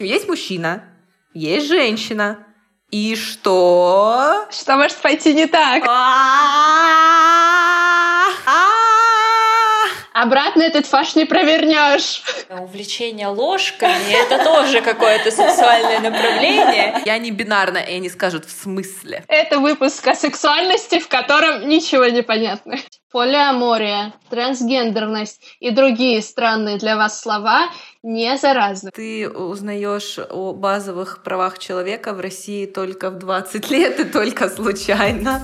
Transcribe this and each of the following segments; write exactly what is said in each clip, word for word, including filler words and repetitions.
Есть мужчина, есть женщина. И что? Что может пойти не так? Обратно этот фарш не провернешь. Увлечение ложками — это тоже какое-то сексуальное направление. Я не бинарна, и они скажут «в смысле?». Это выпуск о сексуальности, в котором ничего не понятно. Полиамория, трансгендерность и другие странные для вас слова не заразны. Ты узнаешь о базовых правах человека в России только в двадцать лет и только случайно.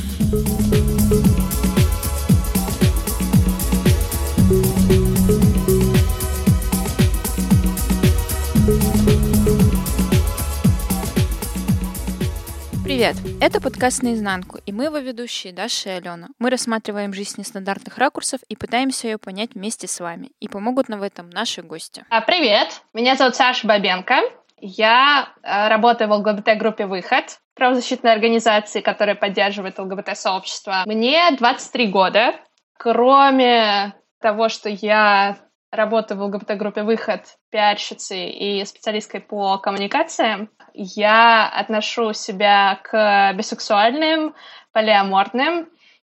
Привет! Это подкаст «Наизнанку», и мы его ведущие Даша и Алена. Мы рассматриваем жизнь с нестандартных ракурсов и пытаемся ее понять вместе с вами. И помогут нам в этом наши гости. А, привет! Меня зовут Саша Бабенко. Я э, работаю в ЛГБТ-группе «Выход», правозащитной организации, которая поддерживает ЛГБТ-сообщество. Мне двадцать три года. Кроме того, что я работаю в ЛГБТ-группе «Выход» пиарщицей и специалисткой по коммуникациям, я отношу себя к бисексуальным, полиаморным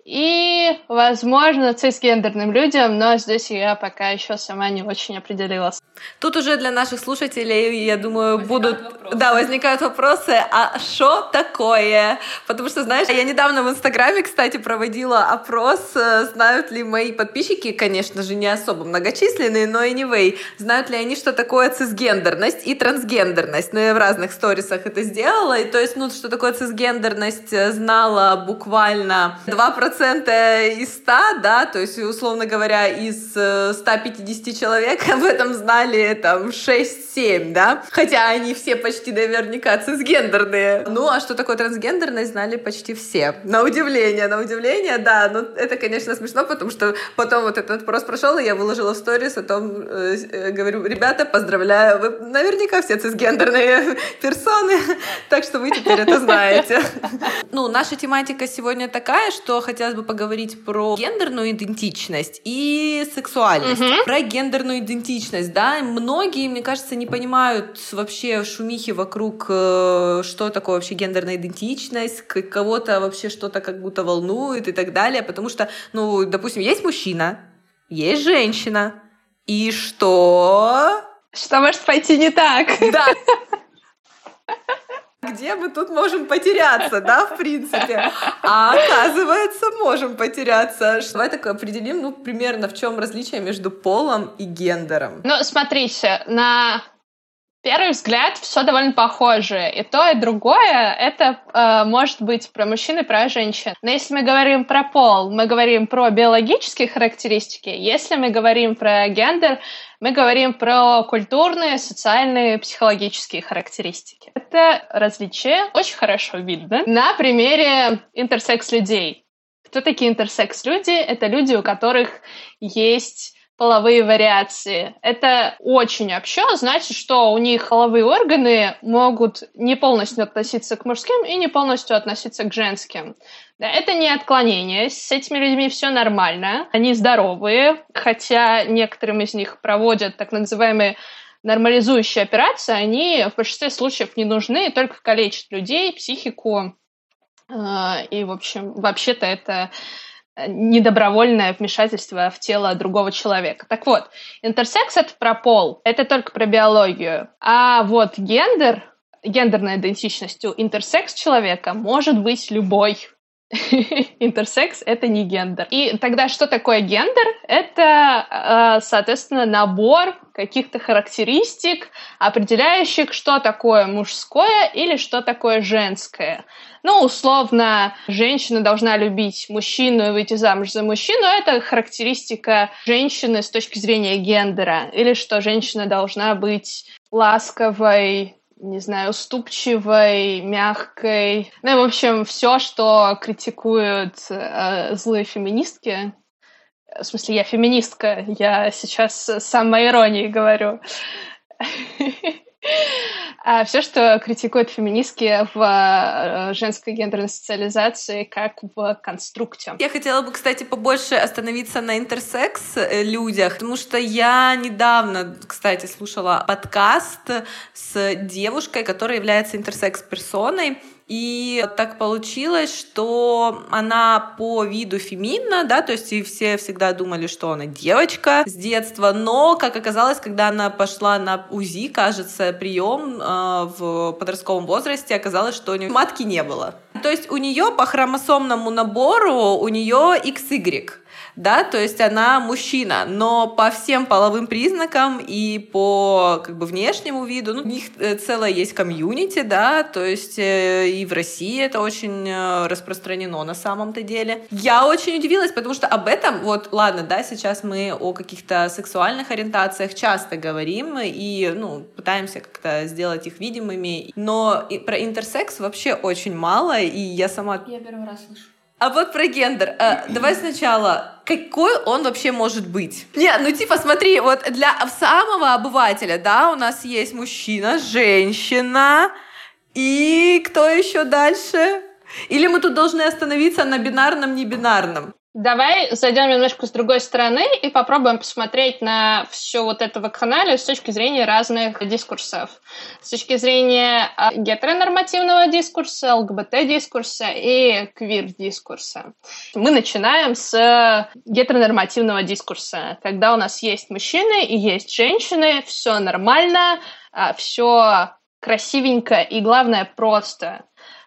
и, возможно, цисгендерным людям, но здесь я пока еще сама не очень определилась. Тут уже для наших слушателей, я думаю, возникают будут... Вопросы. Да, возникают вопросы, а что такое? Потому что, знаешь, я недавно в Инстаграме, кстати, проводила опрос, знают ли мои подписчики, конечно же, не особо многочисленные, но anyway, знают ли они, что такое цисгендерность и трансгендерность. Но я в разных сторисах это сделала, и то есть, ну, что такое цисгендерность, знала буквально два процента из ста, да, то есть, условно говоря, из ста пятидесяти человек об этом знали там шесть-семь, да, хотя они все почти наверняка цисгендерные. Ну, а что такое трансгендерность, знали почти все. На удивление, на удивление, да, ну, это, конечно, смешно, потому что потом вот этот вопрос прошел, и я выложила в сторис о том, э, говорю, ребята, поздравляю, вы наверняка все цисгендерные персоны, так что вы теперь это знаете. Ну, наша тематика сегодня такая, что хотелось бы поговорить про гендерную идентичность и сексуальность. Mm-hmm. Про гендерную идентичность, да, многие, мне кажется, не понимают вообще шумихи вокруг, что такое вообще гендерная идентичность, кого-то вообще что-то как будто волнует и так далее, потому что, ну, допустим, есть мужчина, есть женщина, и что? Что может пойти не так? Да. Где мы тут можем потеряться, да, в принципе? А оказывается, можем потеряться. Давай так определим, ну, примерно, в чем различие между полом и гендером. Ну, смотрите, на первый взгляд все довольно похоже. И то, и другое, это э, может быть про мужчин и про женщин. Но если мы говорим про пол, мы говорим про биологические характеристики. Если мы говорим про гендер, мы говорим про культурные, социальные, психологические характеристики. Это различие очень хорошо видно на примере интерсекс-людей. Кто такие интерсекс-люди? Это люди, у которых есть половые вариации. Это очень общо, значит, что у них половые органы могут не полностью относиться к мужским и не полностью относиться к женским. Да, это не отклонение, с этими людьми все нормально, они здоровые, хотя некоторым из них проводят так называемые нормализующие операции, они в большинстве случаев не нужны, только калечат людей, психику, и, в общем, вообще-то это недобровольное вмешательство в тело другого человека. Так вот, интерсекс — это про пол, это только про биологию. А вот гендер, гендерная идентичность у интерсекс человека может быть любой. Интерсекс — это не гендер. И тогда что такое гендер? Это, соответственно, набор каких-то характеристик, определяющих, что такое мужское или что такое женское. Ну, условно, женщина должна любить мужчину и выйти замуж за мужчину. Это характеристика женщины с точки зрения гендера. Или что женщина должна быть ласковой, не знаю, уступчивой, мягкой. Ну и, в общем, все, что критикуют э, злые феминистки. В смысле, я феминистка, я сейчас с самоиронией говорю. А все, что критикуют феминистки в женской гендерной социализации, как в конструкте. Я хотела бы, кстати, побольше остановиться на интерсекс людях, потому что я недавно, кстати, слушала подкаст с девушкой, которая является интерсекс-персоной. И так получилось, что она по виду феминна, да, то есть и все всегда думали, что она девочка с детства, но, как оказалось, когда она пошла на УЗИ, кажется, прием э, в подростковом возрасте, оказалось, что у нее матки не было. То есть у нее по хромосомному набору у нее икс игрек. Да, то есть она мужчина, но по всем половым признакам и по как бы внешнему виду, ну, у них целое есть комьюнити, да, то есть э, и в России это очень э, распространено на самом-то деле. Я очень удивилась, потому что об этом, вот, ладно, да, сейчас мы о каких-то сексуальных ориентациях часто говорим и, ну, пытаемся как-то сделать их видимыми, но и про интерсекс вообще очень мало, и я сама... Я первый раз слышу. А вот про гендер. А, давай сначала, какой он вообще может быть? Не, ну типа смотри, вот для самого обывателя, да, у нас есть мужчина, женщина, и кто еще дальше? Или мы тут должны остановиться на бинарном, небинарном? Давай зайдем немножко с другой стороны и попробуем посмотреть на всю вот эту вакханалию с точки зрения разных дискурсов. С точки зрения гетеронормативного дискурса, ЛГБТ-дискурса и квир-дискурса. Мы начинаем с гетеронормативного дискурса, когда у нас есть мужчины и есть женщины, все нормально, все красивенько и, главное, просто.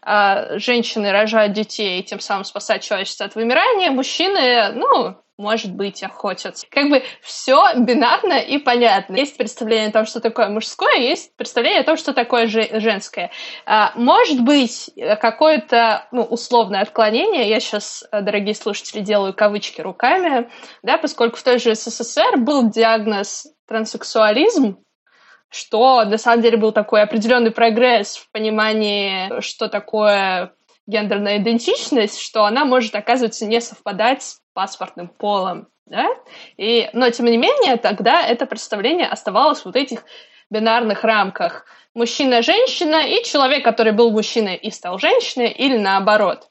Женщины рожают детей и тем самым спасают человечество от вымирания, мужчины, ну, может быть, охотятся. Как бы все бинарно и понятно. Есть представление о том, что такое мужское, есть представление о том, что такое женское. Может быть, какое-то, ну, условное отклонение, я сейчас, дорогие слушатели, делаю кавычки руками, да, поскольку в той же СССР был диагноз транссексуализм, что на самом деле был такой определенный прогресс в понимании, что такое гендерная идентичность, что она может, оказывается, не совпадать с паспортным полом. Да? И, но, тем не менее, тогда это представление оставалось в вот этих бинарных рамках. Мужчина-женщина и человек, который был мужчиной и стал женщиной, или наоборот.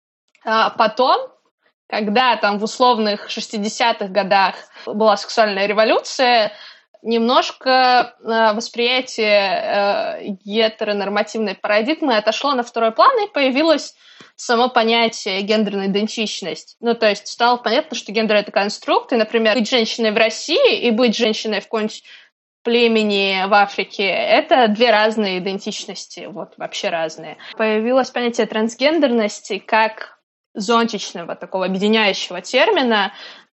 А потом, когда там в условных шестидесятых годах была сексуальная революция, немножко э, восприятие э, гетеронормативной парадигмы отошло на второй план, и появилось само понятие гендерная идентичность. Ну, то есть стало понятно, что гендер — это конструкт, и, например, быть женщиной в России и быть женщиной в каком-нибудь племени в Африке — это две разные идентичности, вот, вообще разные. Появилось понятие трансгендерности как зонтичного, такого объединяющего термина,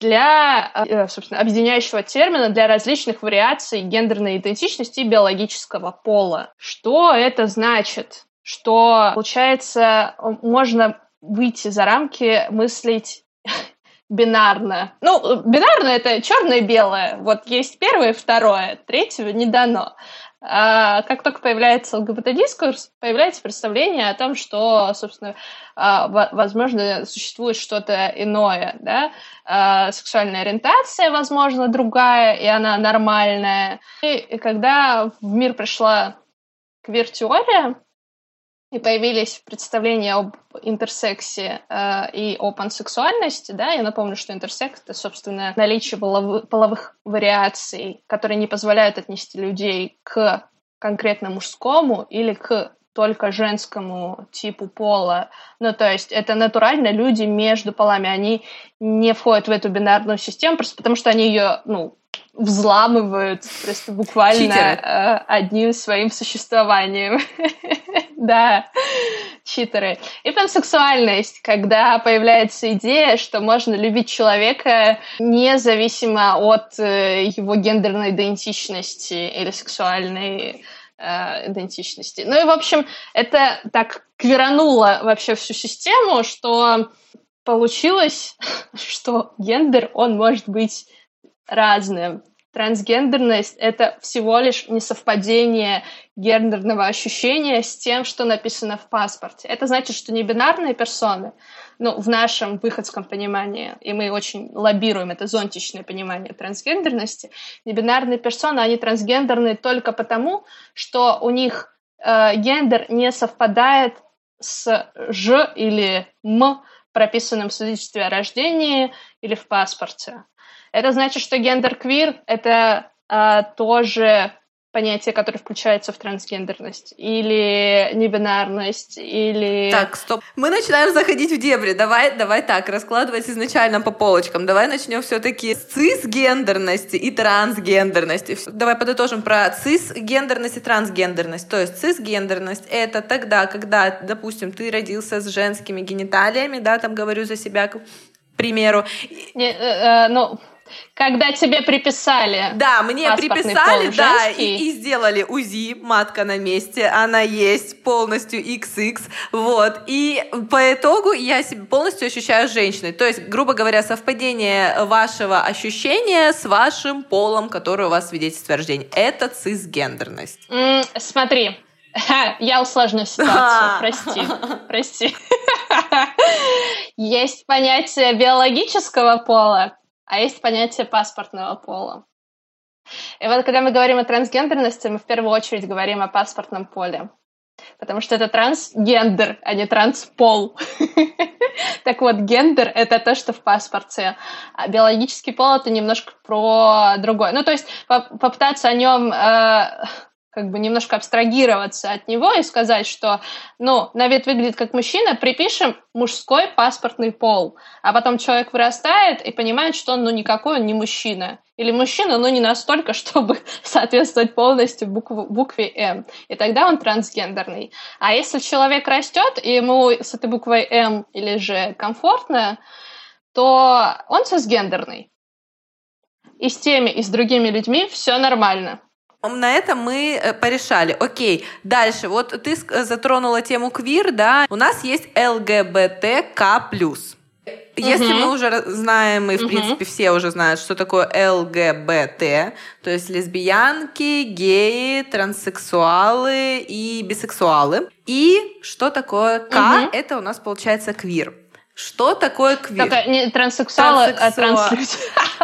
для, собственно, объединяющего термина для различных вариаций гендерной идентичности и биологического пола. Что это значит? Что, получается, можно выйти за рамки, мыслить бинарно. Ну, бинарно — это черное и белое. Вот есть первое и второе, третьего не дано. А как только появляется ЛГБТ-дискурс, появляется представление о том, что, собственно, возможно, существует что-то иное, да? Сексуальная ориентация, возможно, другая, и она нормальная. И когда в мир пришла квир-теория, и появились представления об интерсексе э, и о пансексуальности, да, я напомню, что интерсекс — это, собственно, наличие половых, половых вариаций, которые не позволяют отнести людей к конкретно мужскому или к только женскому типу пола. Ну, то есть это натурально люди между полами, они не входят в эту бинарную систему, просто потому что они ее, ну, взламывают просто буквально э, одним своим существованием. Да, читеры. И пансексуальность, когда появляется идея, что можно любить человека независимо от э, его гендерной идентичности или сексуальной э, идентичности. Ну и, в общем, это так кверануло вообще всю систему, что получилось, что гендер, он может быть разным. Трансгендерность — это всего лишь несовпадение гендерного ощущения с тем, что написано в паспорте. Это значит, что небинарные персоны, ну, в нашем выходском понимании, и мы очень лоббируем это зонтичное понимание трансгендерности, небинарные персоны, они трансгендерные только потому, что у них э, гендер не совпадает с «ж» или «м», прописанным в свидетельстве о рождении или в паспорте. Это значит, что гендер-квир — это э, тоже понятие, которое включается в трансгендерность, или небинарность, или... Так, стоп. Мы начинаем заходить в дебри. Давай, давай так, раскладывать изначально по полочкам. Давай начнем все-таки с цисгендерности и трансгендерности. Давай подытожим про цисгендерность и трансгендерность. То есть цисгендерность — это тогда, когда, допустим, ты родился с женскими гениталиями, да, там говорю за себя, к примеру. Не, э, э, ну... Когда тебе приписали. Да, мне приписали, да, и, и сделали УЗИ, матка на месте, она есть полностью икс икс, вот. И по итогу я себя полностью ощущаю женщиной. То есть, грубо говоря, совпадение вашего ощущения с вашим полом, который у вас в свидетельстве о рождении. Это цисгендерность. Mm, смотри, я усложню ситуацию, прости, прости. Есть понятие биологического пола, а есть понятие паспортного пола. И вот когда мы говорим о трансгендерности, мы в первую очередь говорим о паспортном поле. Потому что это трансгендер, а не транспол. Так вот, гендер — это то, что в паспорте. А биологический пол — это немножко про другое. Ну, то есть попытаться о нем... как бы немножко абстрагироваться от него и сказать, что, ну, на вид выглядит как мужчина, припишем мужской паспортный пол. А потом человек вырастает и понимает, что он, ну, никакой он не мужчина. Или мужчина, но не настолько, чтобы соответствовать полностью букву, букве М. И тогда он трансгендерный. А если человек растет, и ему с этой буквой М или же комфортно, то он цисгендерный. И с теми, и с другими людьми все нормально. На этом мы порешали. Окей, дальше. Вот ты затронула тему квир, да? У нас есть эл гэ бэ тэ ка плюс. Если uh-huh. мы уже знаем, и в uh-huh. принципе все уже знают, что такое эл гэ бэ тэ, то есть лесбиянки, геи, транссексуалы и бисексуалы. И что такое К? Uh-huh. Это у нас получается квир. Что такое квир? Только не транссексуалы, а транслюди.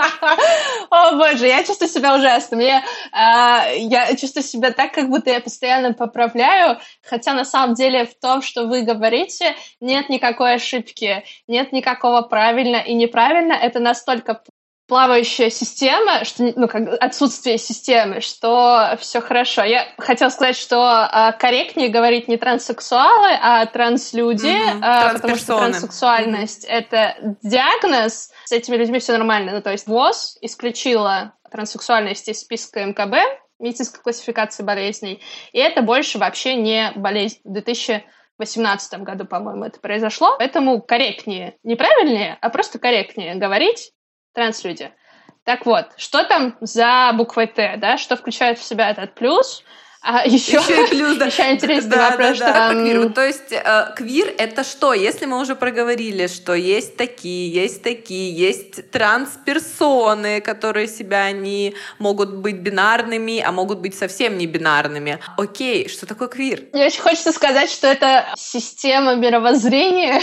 О боже, я чувствую себя ужасно. Мне, э, я чувствую себя так, как будто я постоянно поправляю, хотя на самом деле в том, что вы говорите, нет никакой ошибки, нет никакого правильно и неправильно. Это настолько плавающая система, что, ну, как отсутствие системы, что все хорошо. Я хотела сказать, что э, корректнее говорить не транссексуалы, а транслюди, mm-hmm. э, потому что транссексуальность mm-hmm. — это диагноз. С этими людьми все нормально. Ну, то есть ВОЗ исключила транссексуальность из списка эм ка бэ, медицинской классификации болезней, и это больше вообще не болезнь. В две тысячи восемнадцатом году, по-моему, это произошло. Поэтому корректнее, не правильнее, а просто корректнее говорить транслюди. Так вот, что там за буквой Т, да? Что включает в себя этот плюс? А еще, еще и плюс, да. Еще интересный да, вопрос, да, что... Да, квир. То есть э, квир — это что? Если мы уже проговорили, что есть такие, есть такие, есть трансперсоны, которые себя не могут быть бинарными, а могут быть совсем не бинарными. Окей, что такое квир? Мне очень хочется сказать, что это система мировоззрения,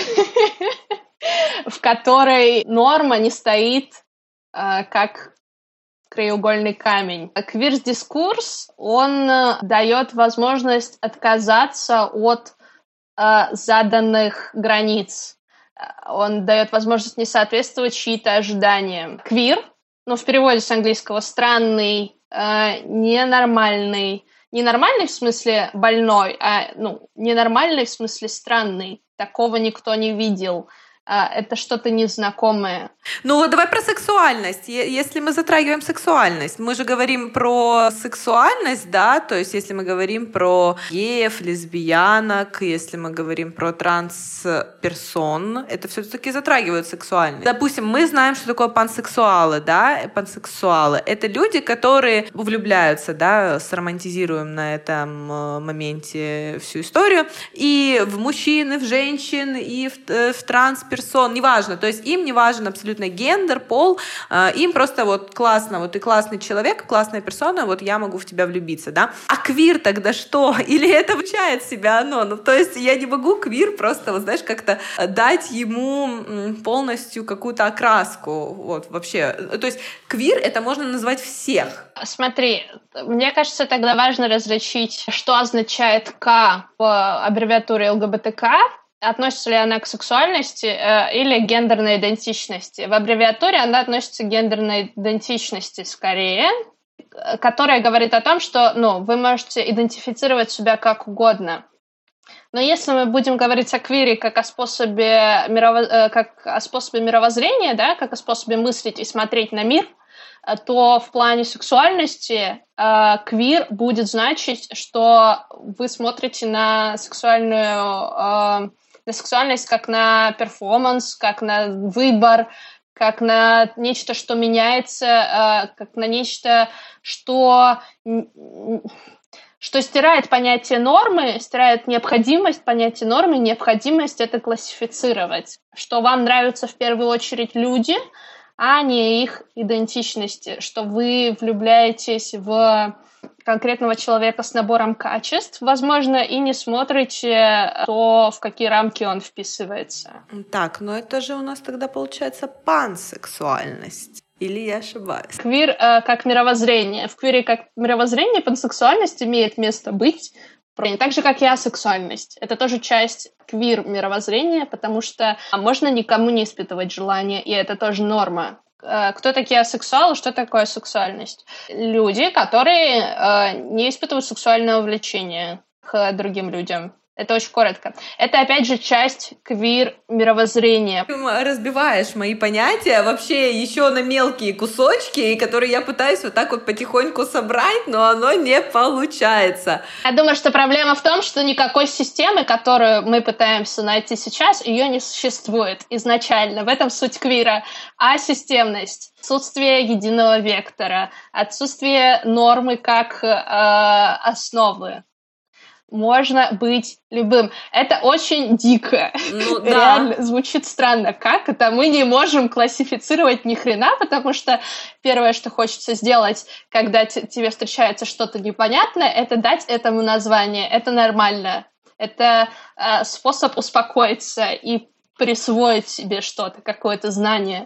в которой норма не стоит э, как краеугольный камень. Квир-дискурс, он э, дает возможность отказаться от э, заданных границ. Он дает возможность не соответствовать чьи-то ожиданиям. Квир, ну, в переводе с английского странный, э, ненормальный. Ненормальный в смысле больной, а ну, ненормальный в смысле странный. Такого никто не видел. Это что-то незнакомое. Ну вот давай про сексуальность. Если мы затрагиваем сексуальность, мы же говорим про сексуальность, да, то есть если мы говорим про геев, лесбиянок, если мы говорим про трансперсон, это все-таки затрагивает сексуальность. Допустим, мы знаем, что такое пансексуалы, да, пансексуалы. Это люди, которые влюбляются, да, сромантизируем на этом моменте всю историю, и в мужчин, и в женщин, и в, в трансперсон, персон, неважно, то есть им не важен абсолютно гендер, пол, им просто вот классно, вот ты классный человек, классная персона, вот я могу в тебя влюбиться, да. А квир тогда что? Или это включает в себя оно? Ну, то есть я не могу квир просто, вот знаешь, как-то дать ему полностью какую-то окраску, вот, вообще. То есть квир — это можно назвать всех. Смотри, мне кажется, тогда важно различить, что означает «К» в аббревиатуре ЛГБТК, относится ли она к сексуальности э, или к гендерной идентичности. В аббревиатуре она относится к гендерной идентичности скорее, которая говорит о том, что ну, вы можете идентифицировать себя как угодно. Но если мы будем говорить о квире как о способе, мирово... как о способе мировоззрения, да, как о способе мыслить и смотреть на мир, то в плане сексуальности э, квир будет значить, что вы смотрите на сексуальную, э, на сексуальность как на перформанс, как на выбор, как на нечто, что меняется, э, как на нечто, что, что стирает понятие нормы, стирает необходимость понятия нормы, необходимость это классифицировать. Что вам нравятся в первую очередь люди, а не их идентичности, что вы влюбляетесь в конкретного человека с набором качеств, возможно, и не смотрите то, в какие рамки он вписывается. Так, но это же у нас тогда получается пансексуальность. Или я ошибаюсь? Квир э, как мировоззрение. В квире как мировоззрение пансексуальность имеет место быть, так же, как и асексуальность. Это тоже часть квир-мировоззрения, потому что можно никому не испытывать желания, и это тоже норма. Кто такие асексуалы, что такое сексуальность? Люди, которые э, не испытывают сексуального влечения к другим людям. Это очень коротко. Это, опять же, часть квир-мировоззрения. Ты разбиваешь мои понятия вообще еще на мелкие кусочки, которые я пытаюсь вот так вот потихоньку собрать, но оно не получается. Я думаю, что проблема в том, что никакой системы, которую мы пытаемся найти сейчас, ее не существует изначально. В этом суть квира. А системность, отсутствие единого вектора, отсутствие нормы как э, основы. Можно быть любым. Это очень дико. Ну, да. Реально звучит странно. Как это? Мы не можем классифицировать ни хрена, потому что первое, что хочется сделать, когда т- тебе встречается что-то непонятное, это дать этому название. Это нормально. Это э, способ успокоиться и присвоить себе что-то, какое-то знание.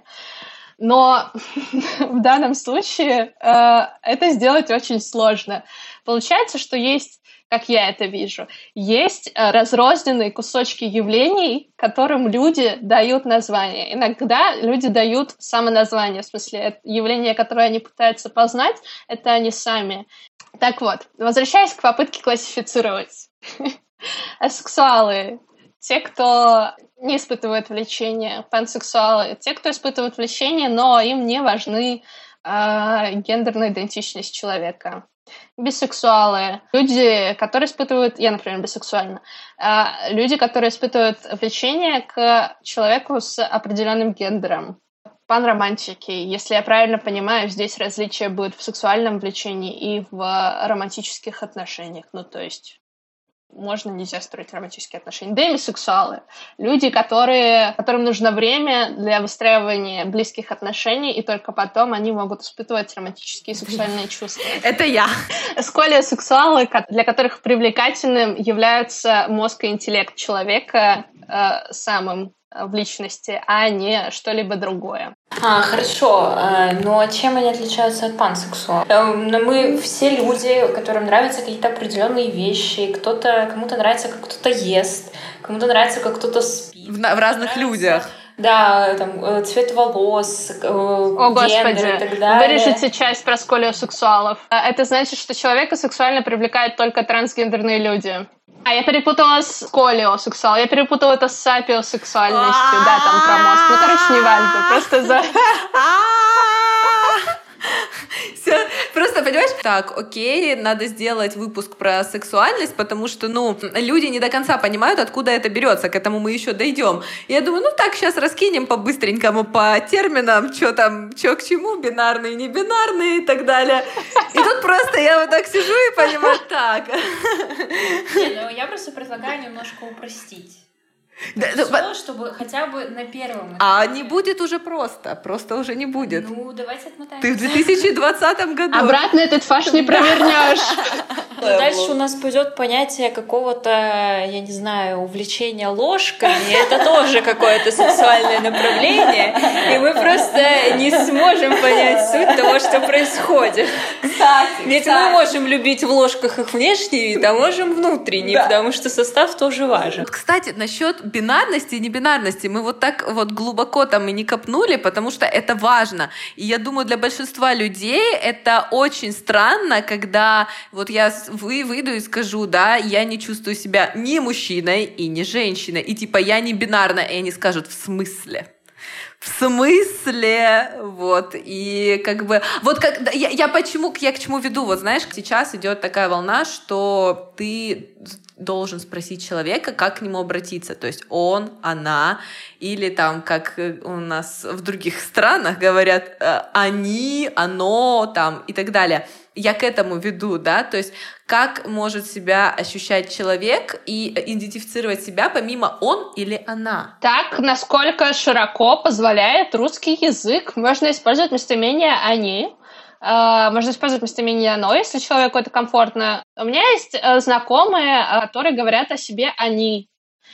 Но в данном случае э, это сделать очень сложно. Получается, что есть, как я это вижу, есть э, разрозненные кусочки явлений, которым люди дают название. Иногда люди дают самоназвание, в смысле явления, которые они пытаются познать, это они сами. Так вот, возвращаясь к попытке классифицировать. Асексуалы, те, кто не испытывает влечения, пансексуалы, те, кто испытывает влечение, но им не важны э, гендерная идентичность человека. Бисексуалы, люди, которые испытывают, я, например, бисексуальна, э, люди, которые испытывают влечение к человеку с определенным гендером. Панромантики, если я правильно понимаю, здесь различие будет в сексуальном влечении и в романтических отношениях, ну то есть можно, нельзя строить романтические отношения. Демисексуалы. Люди, которые, которым нужно время для выстраивания близких отношений, и только потом они могут испытывать романтические и сексуальные чувства. Это я. Сколиосексуалы, для которых привлекательным являются мозг и интеллект человека э, самым в личности, а не что-либо другое. А, хорошо. Но чем они отличаются от пансексуалов? Мы все люди, которым нравятся какие-то определенные вещи. Кто-то, кому-то нравится, как кто-то ест, кому-то нравится, как кто-то спит. В, в разных людях. Да, там, цвет волос, О, гендер Господи, и так далее. Вырежите часть про сколиосексуалов. Это значит, что человека сексуально привлекают только трансгендерные люди. А я перепутала с сколиосексуал, я перепутала это с сапиосексуальностью, да, там про мозг. Ну, короче, не важно, просто за... Все, просто, понимаешь? Так, окей, надо сделать выпуск про сексуальность, потому что, ну, люди не до конца понимают, откуда это берется, к этому мы еще дойдем. И я думаю, ну так, сейчас раскинем по-быстренькому по терминам, что там, что к чему, бинарные, не бинарные и так далее. И тут просто я вот так сижу и понимаю, так. Не, ну я просто предлагаю немножко упростить. Да, все, чтобы хотя бы на первом этапе. А не будет уже просто. Просто уже не будет. Ну, давайте отмотаем. Ты в две тысячи двадцатом году. Обратно этот фарш не провернешь. Дальше у нас пойдет понятие какого-то, я не знаю, увлечения ложками. Это тоже какое-то сексуальное направление. И мы просто не сможем понять суть того, что происходит. Кстати, Ведь кстати. мы можем любить в ложках их внешний вид, а можем внутренний, да. Потому что состав тоже важен. Кстати, насчет бинарности и небинарности мы вот так вот глубоко там и не копнули, потому что это важно. И я думаю, для большинства людей это очень странно, когда вот я вы, выйду и скажу, да, я не чувствую себя ни мужчиной и ни женщиной, и типа я не бинарна, и они скажут, в смысле? В смысле? Вот. И как бы... Вот как... Я, я почему... Я к чему веду? Вот знаешь, сейчас идет такая волна, что ты должен спросить человека, как к нему обратиться. То есть он, она, или там, как у нас в других странах говорят, они, оно, там, и так далее. Я к этому веду, да, то есть как может себя ощущать человек и идентифицировать себя помимо он или она. Так, насколько широко позволяет русский язык. Можно использовать местоимение «они», можно использовать местоимение «оно», если человеку это комфортно. У меня есть знакомые, которые говорят о себе «они».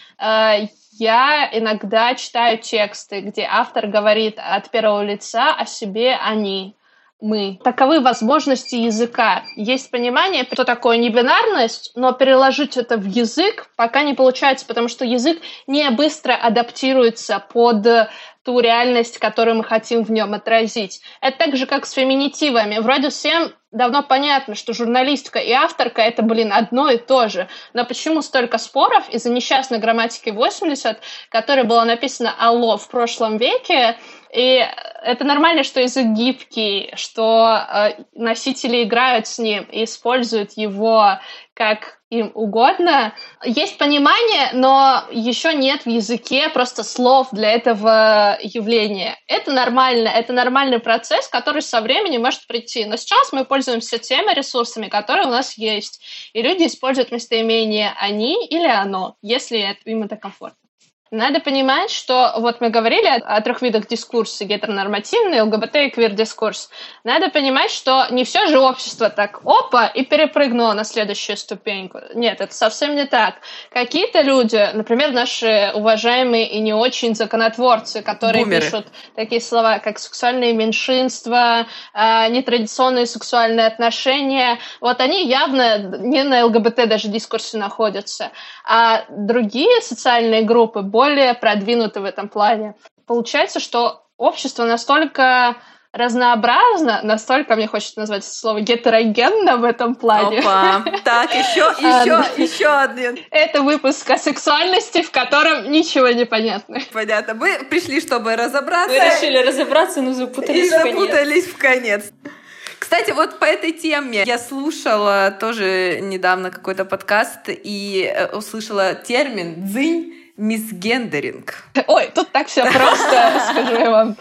Я иногда читаю тексты, где автор говорит от первого лица о себе «они». Мы. Таковы возможности языка. Есть понимание, что такое небинарность, но переложить это в язык пока не получается, потому что язык не быстро адаптируется под ту реальность, которую мы хотим в нем отразить. Это так же, как с феминитивами. Вроде всем давно понятно, что журналистка и авторка — это, блин, одно и то же. Но почему столько споров из-за несчастной грамматики восемьдесят, которая была написана «алло» в прошлом веке? И это нормально, что язык гибкий, что э, носители играют с ним и используют его как им угодно. Есть понимание, но еще нет в языке просто слов для этого явления. Это нормально, это нормальный процесс, который со временем может прийти. Но сейчас мы пользуемся теми ресурсами, которые у нас есть. И люди используют местоимение «они» или «оно», если им это комфортно. Надо понимать, что вот мы говорили о, о трех видах дискурса: гетеронормативный, ЛГБТ и квир-дискурс. Надо понимать, что не все же общество так опа и перепрыгнуло на следующую ступеньку. Нет, это совсем не так. Какие-то люди, например, наши уважаемые и не очень законотворцы, которые Бумеры. Пишут такие слова, как сексуальные меньшинства, э, нетрадиционные сексуальные отношения, вот они явно не на ЛГБТ даже дискурсе находятся. А другие социальные группы более продвинуты в этом плане. Получается, что общество настолько разнообразно, настолько, мне хочется назвать это слово, гетерогенно в этом плане. Опа. Так, еще, еще, еще один. Это выпуск о сексуальности, в котором ничего не понятно. Понятно. Мы пришли, чтобы разобраться. Мы решили разобраться, но запутались и в конец. запутались в конец. Кстати, вот по этой теме я слушала тоже недавно какой-то подкаст и услышала термин «дзынь». Мисгендеринг. Ой, тут так все просто, скажу я вам.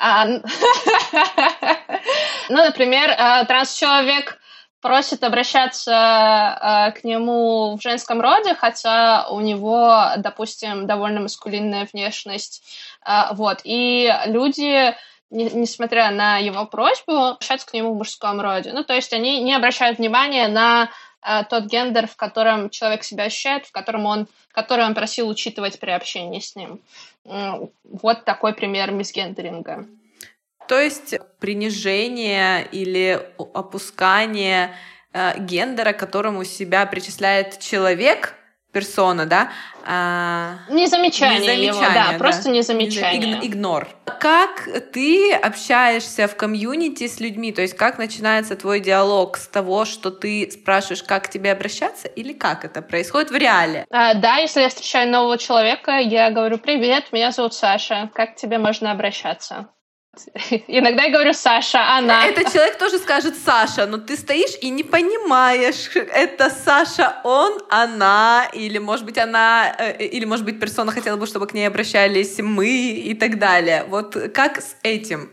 Ну, например, транс-человек просит обращаться к нему в женском роде, хотя у него, допустим, довольно маскулинная внешность. Вот. И люди, несмотря на его просьбу, обращаются к нему в мужском роде. Ну, то есть они не обращают внимания на тот гендер, в котором человек себя ощущает, в котором он, который он просил учитывать при общении с ним. Вот такой пример мисгендеринга. То есть принижение или опускание э, гендера, к которому себя причисляет человек, персона, да? А... Незамечание, незамечание его, да, да, просто незамечание. Игнор. Как ты общаешься в комьюнити с людьми? То есть как начинается твой диалог с того, что ты спрашиваешь, как к тебе обращаться, или как это происходит в реале? А, да, если я встречаю нового человека, я говорю: «Привет, меня зовут Саша, как к тебе можно обращаться?» Иногда я говорю «Саша», она. Этот человек тоже скажет «Саша», но ты стоишь и не понимаешь, это Саша, он, она, или, может быть, она, или, может быть, персона хотела бы, чтобы к ней обращались мы и так далее. Вот как с этим?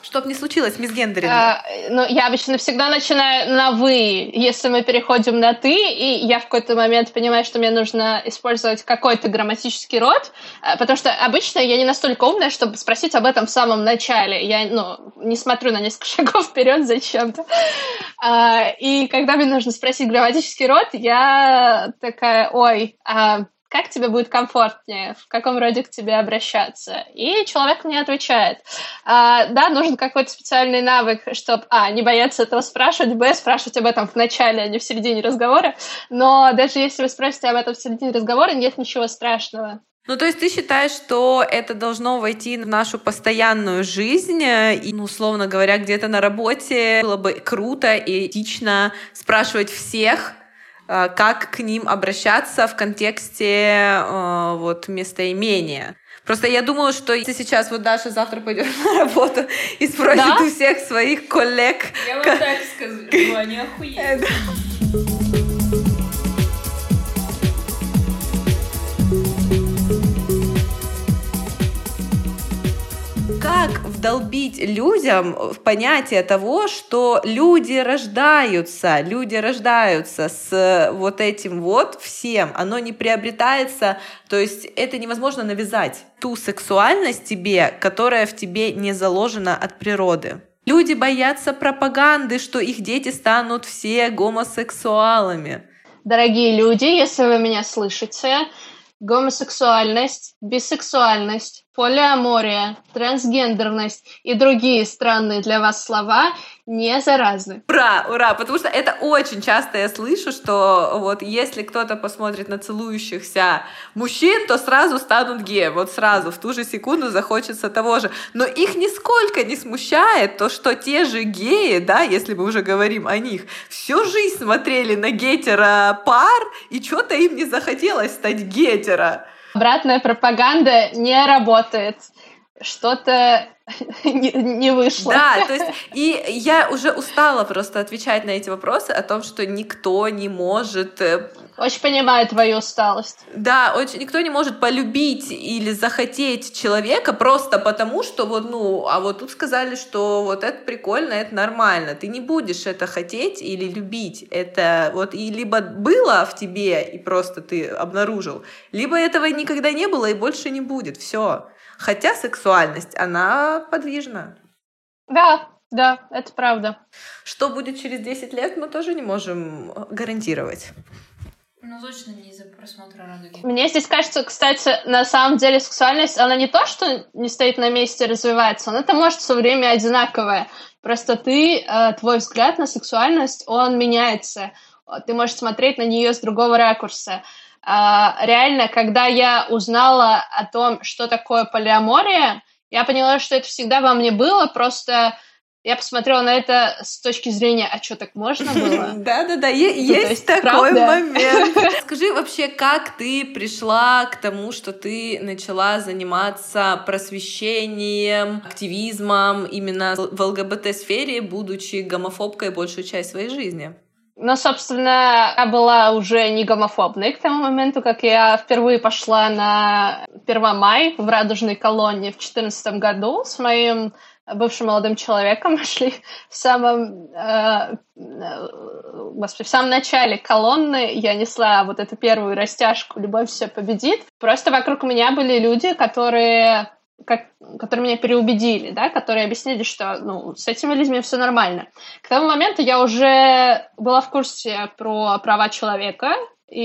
Чтоб не случилось мисгендеринга. А, ну, я обычно всегда начинаю на «вы», если мы переходим на «ты», и я в какой-то момент понимаю, что мне нужно использовать какой-то грамматический род, потому что обычно я не настолько умная, чтобы спросить об этом в самом начале. Я, ну, не смотрю на несколько шагов вперед зачем-то. А, и когда мне нужно спросить грамматический род, я такая: ой, а как тебе будет комфортнее, в каком роде к тебе обращаться? И человек мне отвечает. А, да, нужен какой-то специальный навык, чтобы, а, не бояться этого спрашивать, б, спрашивать об этом в начале, а не в середине разговора. Но даже если вы спросите об этом в середине разговора, нет ничего страшного. Ну, то есть ты считаешь, что это должно войти в нашу постоянную жизнь, и, ну, условно говоря, где-то на работе было бы круто и этично спрашивать всех, как к ним обращаться в контексте э, вот, местоимения. Просто я думала, что если сейчас вот Даша завтра пойдет на работу и спросит да? у всех своих коллег... Я вам как... так скажу, они охуеют. Как вдолбить людям в понятие того, что люди рождаются, люди рождаются с вот этим вот всем, оно не приобретается, то есть это невозможно навязать ту сексуальность тебе, которая в тебе не заложена от природы. Люди боятся пропаганды, что их дети станут все гомосексуалами. Дорогие люди, если вы меня слышите, гомосексуальность, бисексуальность, полиамория, трансгендерность и другие странные для вас слова не заразны. Ура, ура, потому что это очень часто я слышу, что вот если кто-то посмотрит на целующихся мужчин, то сразу станут геем, вот сразу, в ту же секунду захочется того же. Но их нисколько не смущает то, что те же геи, да, если мы уже говорим о них, всю жизнь смотрели на гетеропар, и что-то им не захотелось стать гетеро. Обратная пропаганда не работает. Что-то не, не вышло. Да, то есть и я уже устала просто отвечать на эти вопросы о том, что никто не может... Очень понимаю твою усталость. Да, очень, никто не может полюбить или захотеть человека просто потому, что вот, ну, а вот тут сказали, что вот это прикольно, это нормально. Ты не будешь это хотеть или любить. Это вот и либо было в тебе, и просто ты обнаружил, либо этого никогда не было и больше не будет. Все. Хотя сексуальность, она подвижна. Да, да, это правда. Что будет через десять лет, мы тоже не можем гарантировать. Ну, точно не из-за просмотра «Радуги». Мне здесь кажется, кстати, на самом деле сексуальность, она не то, что не стоит на месте, развивается, она это может все время одинаковая. Просто ты, твой взгляд на сексуальность, он меняется. Ты можешь смотреть на нее с другого ракурса. Реально, когда я узнала о том, что такое полиамория, я поняла, что это всегда во мне было, просто я посмотрела на это с точки зрения, а что, так можно было? Да-да-да, есть такой момент. Скажи вообще, как ты пришла к тому, что ты начала заниматься просвещением, активизмом именно в ЛГБТ-сфере, будучи гомофобкой большую часть своей жизни? Ну, собственно, я была уже не гомофобной к тому моменту, как я впервые пошла на Первомай в Радужной колонне в две тысячи четырнадцатом году с моим бывшим молодым человеком. Мы шли в самом, э, господи, в самом начале колонны. Я несла вот эту первую растяжку «Любовь все победит». Просто вокруг меня были люди, которые... Как, которые меня переубедили, да, которые объяснили, что ну, с этими людьми все нормально. К тому моменту я уже была в курсе про права человека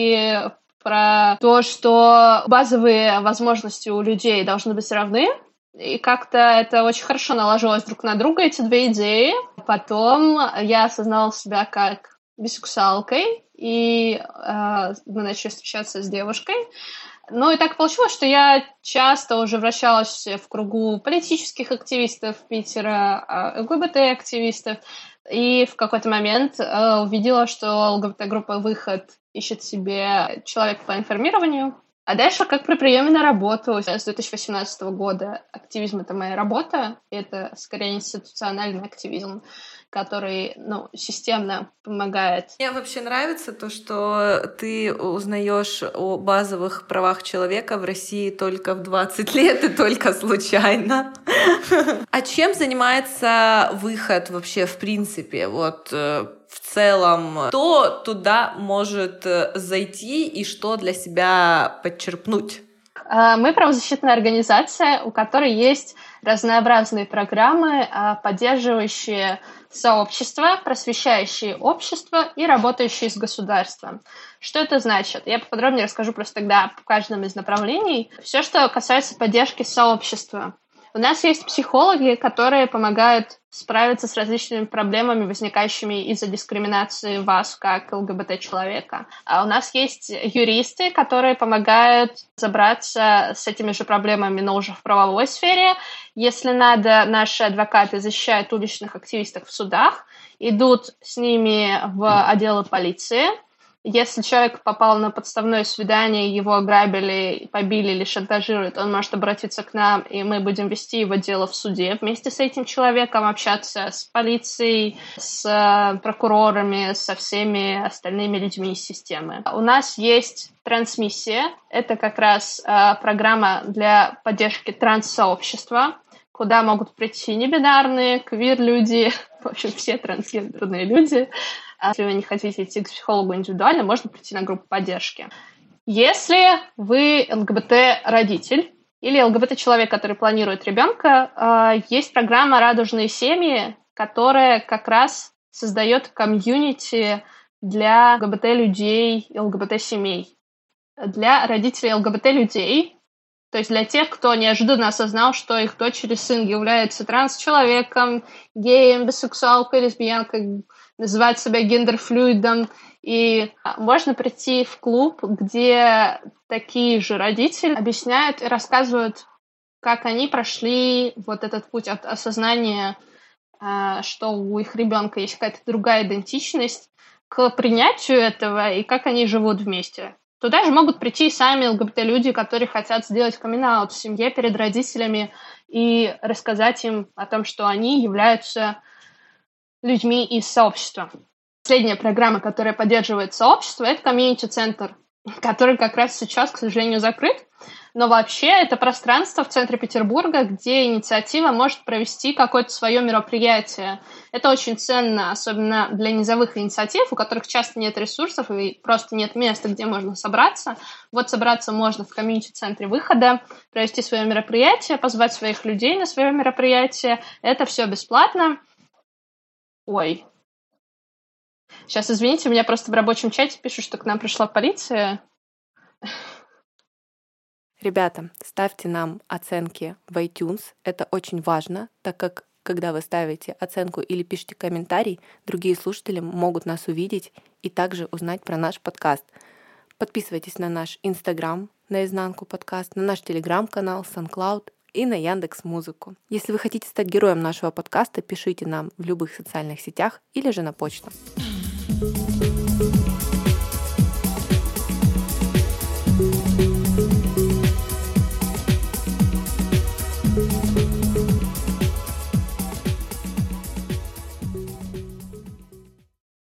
и про то, что базовые возможности у людей должны быть равны. И как-то это очень хорошо наложилось друг на друга, эти две идеи. Потом я осознала себя как бисексуалкой, и э, мы начали встречаться с девушкой. Ну и так получилось, что я часто уже вращалась в кругу политических активистов Питера, ЛГБТ-активистов, и в какой-то момент э, увидела, что ЛГБТ-группа «Выход» ищет себе человека по информированию. А дальше, как при приеме на работу. С две тысячи восемнадцатого года активизм — это моя работа, это скорее институциональный активизм, который, ну, системно помогает. Мне вообще нравится то, что ты узнаешь о базовых правах человека в России только в двадцать лет и только случайно. А чем занимается выход вообще в принципе? Вот в целом, кто туда может зайти и что для себя подчерпнуть? Мы правозащитная организация, у которой есть разнообразные программы, поддерживающие сообщество, просвещающие общество и работающие с государством. Что это значит? Я поподробнее расскажу просто тогда по каждому из направлений. Все, что касается поддержки сообщества. У нас есть психологи, которые помогают справиться с различными проблемами, возникающими из-за дискриминации вас как ЛГБТ-человека. А у нас есть юристы, которые помогают разобраться с этими же проблемами, но уже в правовой сфере. Если надо, наши адвокаты защищают уличных активистов в судах, идут с ними в отделы полиции. Если человек попал на подставное свидание, его ограбили, побили или шантажируют, он может обратиться к нам, и мы будем вести его дело в суде вместе с этим человеком, общаться с полицией, с прокурорами, со всеми остальными людьми из системы. У нас есть трансмиссия. Это как раз э, программа для поддержки транссообщества, куда могут прийти небинарные, квир-люди, в общем, все трансгендерные люди. Если вы не хотите идти к психологу индивидуально, можно прийти на группу поддержки. Если вы ЛГБТ-родитель или ЛГБТ-человек, который планирует ребенка, есть программа «Радужные семьи», которая как раз создает комьюнити для ЛГБТ-людей и ЛГБТ-семей. Для родителей ЛГБТ-людей, то есть для тех, кто неожиданно осознал, что их дочь или сын является транс-человеком, геем, бисексуалкой, лесбиянкой, называть себя гендерфлюидом, и можно прийти в клуб, где такие же родители объясняют и рассказывают, как они прошли вот этот путь от осознания, что у их ребенка есть какая-то другая идентичность, к принятию этого и как они живут вместе. Туда же могут прийти и сами ЛГБТ-люди, которые хотят сделать камин-аут в семье перед родителями и рассказать им о том, что они являются людьми из сообщества. Последняя программа, которая поддерживает сообщество, это комьюнити-центр, который как раз сейчас, к сожалению, закрыт. Но вообще это пространство в центре Петербурга, где инициатива может провести какое-то свое мероприятие. Это очень ценно, особенно для низовых инициатив, у которых часто нет ресурсов и просто нет места, где можно собраться. Вот собраться можно в комьюнити-центре выхода, провести свое мероприятие, позвать своих людей на свое мероприятие. Это все бесплатно. Ой. Сейчас, извините, у меня просто в рабочем чате пишут, что к нам пришла полиция. Ребята, ставьте нам оценки в iTunes. Это очень важно, так как, когда вы ставите оценку или пишете комментарий, другие слушатели могут нас увидеть и также узнать про наш подкаст. Подписывайтесь на наш Инстаграм, наизнанку подкаст, на наш Телеграм-канал, SoundCloud и на Яндекс.Музыку. Если вы хотите стать героем нашего подкаста, пишите нам в любых социальных сетях или же на почту.